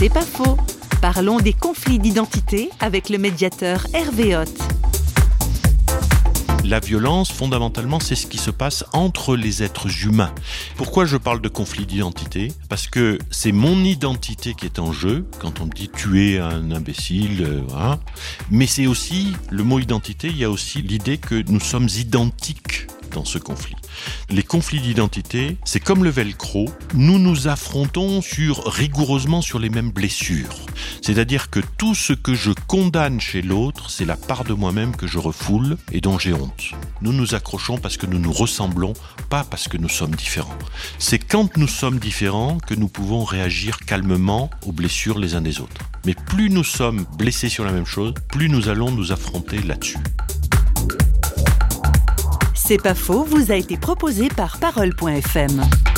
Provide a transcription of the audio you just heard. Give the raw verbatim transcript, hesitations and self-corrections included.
C'est pas faux. Parlons des conflits d'identité avec le médiateur Hervé Hott. La violence, fondamentalement, c'est ce qui se passe entre les êtres humains. Pourquoi je parle de conflit d'identité ? Parce que c'est mon identité qui est en jeu, quand on me dit « tu es un imbécile euh, », voilà. Mais c'est aussi, le mot identité, il y a aussi l'idée que nous sommes identiques dans ce conflit. Les conflits d'identité, c'est comme le velcro, nous nous affrontons sur, rigoureusement sur les mêmes blessures. C'est-à-dire que tout ce que je condamne chez l'autre, c'est la part de moi-même que je refoule et dont j'ai honte. Nous nous accrochons parce que nous nous ressemblons, pas parce que nous sommes différents. C'est quand nous sommes différents que nous pouvons réagir calmement aux blessures les uns des autres. Mais plus nous sommes blessés sur la même chose, plus nous allons nous affronter là-dessus. C'est pas faux, vous a été proposé par Parole point F M.